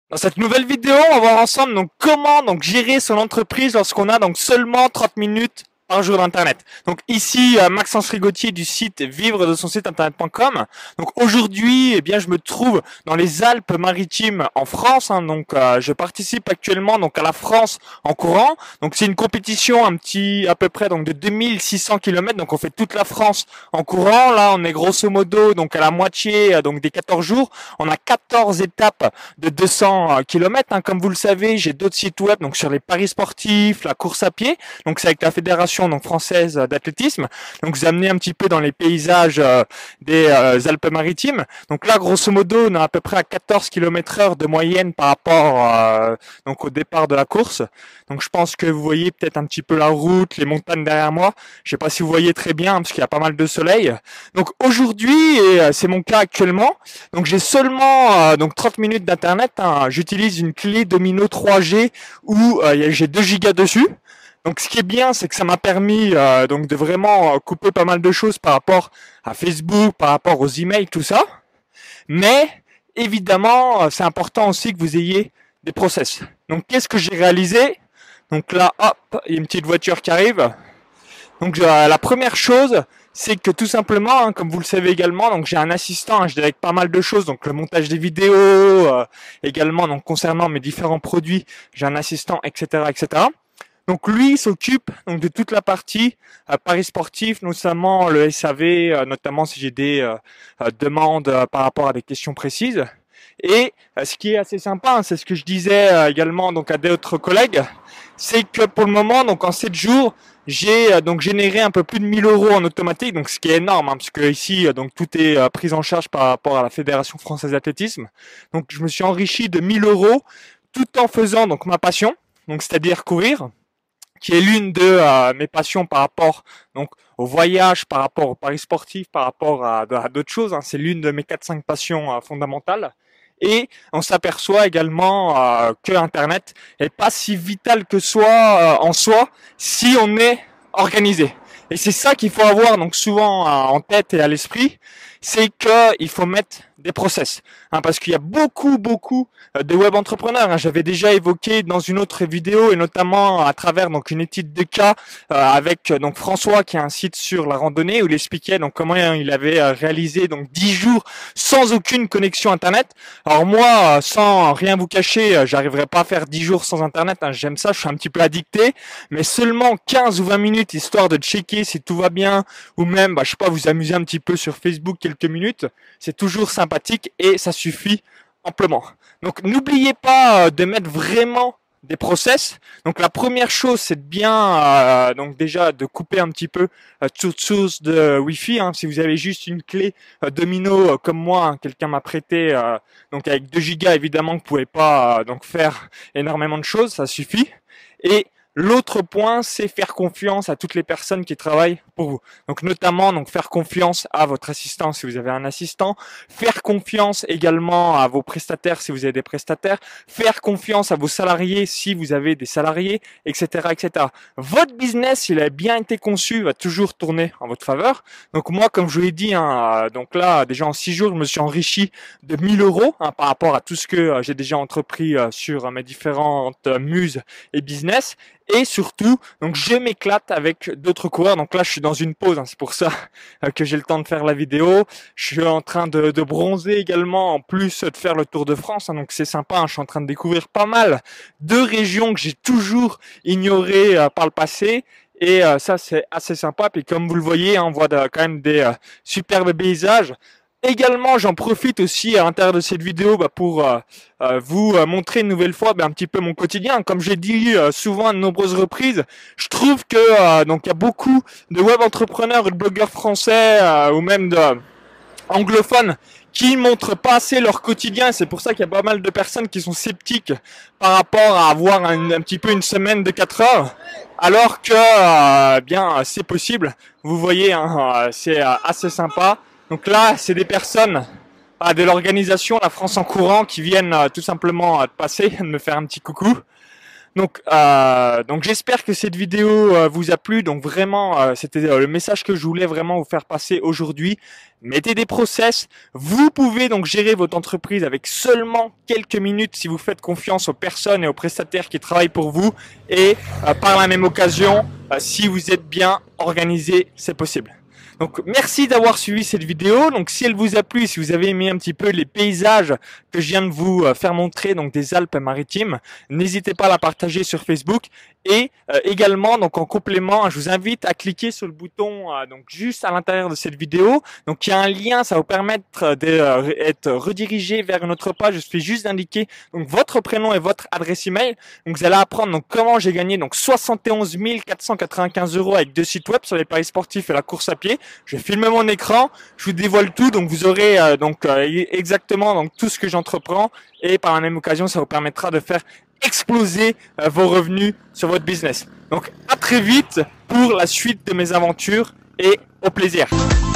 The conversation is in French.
Dans cette nouvelle vidéo, on va voir ensemble donc comment donc gérer son entreprise lorsqu'on a donc seulement 30 minutes par jour d'internet. Donc ici Maxence Rigotier du site vivre de son site internet.com. Donc aujourd'hui, eh bien je me trouve dans les Alpes-Maritimes en France. Donc je participe actuellement donc à la France en courant. Donc c'est une compétition à peu près donc de 2600 km. Donc on fait toute la France en courant. Là, on est grosso modo donc à la moitié donc des 14 jours. On a 14 étapes de 200 km. Comme vous le savez, j'ai d'autres sites web donc sur les paris sportifs, la course à pied. Donc c'est avec la fédération donc française d'athlétisme. Donc vous amenez un petit peu dans les paysages des Alpes-Maritimes. Donc là, grosso modo, on est à peu près à 14 km/h de moyenne par rapport donc au départ de la course. Donc je pense que vous voyez peut-être un petit peu la route, les montagnes derrière moi. Je sais pas si vous voyez très bien parce qu'il y a pas mal de soleil. Donc aujourd'hui, et c'est mon cas actuellement, donc j'ai seulement donc 30 minutes d'internet. J'utilise une clé Domino 3G où j'ai 2 gigas dessus. Donc ce qui est bien, c'est que ça m'a permis donc de vraiment couper pas mal de choses par rapport à Facebook, par rapport aux emails, tout ça. Mais évidemment, c'est important aussi que vous ayez des process. Donc qu'est-ce que j'ai réalisé? Donc là, hop, il y a une petite voiture qui arrive. Donc la première chose, c'est que tout simplement, comme vous le savez également, donc j'ai un assistant, je délègue pas mal de choses, donc le montage des vidéos, également donc concernant mes différents produits, j'ai un assistant, etc., etc. Donc lui il s'occupe donc de toute la partie paris sportifs, notamment le SAV, notamment si j'ai des demandes par rapport à des questions précises. Et ce qui est assez sympa, c'est ce que je disais également donc à d'autres collègues, c'est que pour le moment, donc en 7 jours, j'ai donc généré un peu plus de 1 000 € en automatique, donc ce qui est énorme, parce que ici donc tout est pris en charge par rapport à la Fédération française d'athlétisme. Donc je me suis enrichi de 1 000 € tout en faisant donc ma passion, donc c'est-à-dire courir, qui est l'une de mes passions par rapport donc au voyage, par rapport au paris sportif, par rapport à d'autres choses. C'est l'une de mes 4-5 passions fondamentales. Et on s'aperçoit également que Internet est pas si vital que soit en soi si on est organisé. Et c'est ça qu'il faut avoir donc souvent en tête et à l'esprit, c'est qu'il faut mettre des process, parce qu'il y a beaucoup de web entrepreneurs. J'avais déjà évoqué dans une autre vidéo et notamment à travers donc une étude de cas avec donc François qui a un site sur la randonnée où il expliquait donc comment il avait réalisé donc 10 jours sans aucune connexion internet. Alors moi, sans rien vous cacher, j'arriverai pas à faire 10 jours sans internet. J'aime ça, je suis un petit peu addicté, mais seulement 15 ou 20 minutes histoire de checker si tout va bien ou même, je sais pas, vous amuser un petit peu sur Facebook quelques minutes. C'est toujours sympathique et ça suffit amplement. Donc n'oubliez pas de mettre vraiment des process. Donc la première chose, c'est de bien donc déjà de couper un petit peu toute source de Wi-Fi. Si vous avez juste une clé Domino comme moi, quelqu'un m'a prêté, donc avec 2 gigas évidemment, vous pouvez pas donc faire énormément de choses, ça suffit. Et l'autre point, c'est faire confiance à toutes les personnes qui travaillent pour vous. Donc notamment, donc faire confiance à votre assistant si vous avez un assistant, faire confiance également à vos prestataires si vous avez des prestataires, faire confiance à vos salariés si vous avez des salariés, etc., etc. Votre business, il a bien été conçu, va toujours tourner en votre faveur. Donc moi, comme je vous l'ai dit, donc là, déjà en 6 jours, je me suis enrichi de 1 000 € par rapport à tout ce que j'ai déjà entrepris sur mes différentes muses et business. Et surtout, donc je m'éclate avec d'autres coureurs. Donc là, je suis dans une pause. C'est pour ça que j'ai le temps de faire la vidéo. Je suis en train de bronzer également, en plus de faire le Tour de France. Donc c'est sympa. Je suis en train de découvrir pas mal de régions que j'ai toujours ignorées par le passé. Et ça, c'est assez sympa. Puis comme vous le voyez, on voit quand même des superbes paysages. Également, j'en profite aussi à l'intérieur de cette vidéo pour vous montrer une nouvelle fois un petit peu mon quotidien. Comme j'ai dit souvent à de nombreuses reprises, je trouve que donc il y a beaucoup de web entrepreneurs et de blogueurs français ou même de anglophones qui montrent pas assez leur quotidien. C'est pour ça qu'il y a pas mal de personnes qui sont sceptiques par rapport à avoir un petit peu une semaine de 4 heures, alors que bien c'est possible. Vous voyez, c'est assez sympa. Donc là, c'est des personnes de l'organisation La France en courant qui viennent tout simplement de passer, de me faire un petit coucou. Donc j'espère que cette vidéo vous a plu. Donc vraiment, c'était le message que je voulais vraiment vous faire passer aujourd'hui. Mettez des process. Vous pouvez donc gérer votre entreprise avec seulement quelques minutes si vous faites confiance aux personnes et aux prestataires qui travaillent pour vous. Et par la même occasion, si vous êtes bien organisé, c'est possible. Donc merci d'avoir suivi cette vidéo. Donc si elle vous a plu, si vous avez aimé un petit peu les paysages que je viens de vous faire montrer, donc des Alpes-Maritimes, n'hésitez pas à la partager sur Facebook. Et également, donc en complément, je vous invite à cliquer sur le bouton donc juste à l'intérieur de cette vidéo. Donc il y a un lien, ça va vous permettre d'être redirigé vers une autre page. Je suis juste d'indiquer donc votre prénom et votre adresse email. Donc vous allez apprendre donc comment j'ai gagné donc 71 495 € avec 2 sites web sur les paris sportifs et la course à pied. Je vais filmer mon écran, je vous dévoile tout, donc vous aurez exactement donc tout ce que j'entreprends et par la même occasion, ça vous permettra de faire exploser vos revenus sur votre business. Donc à très vite pour la suite de mes aventures et au plaisir.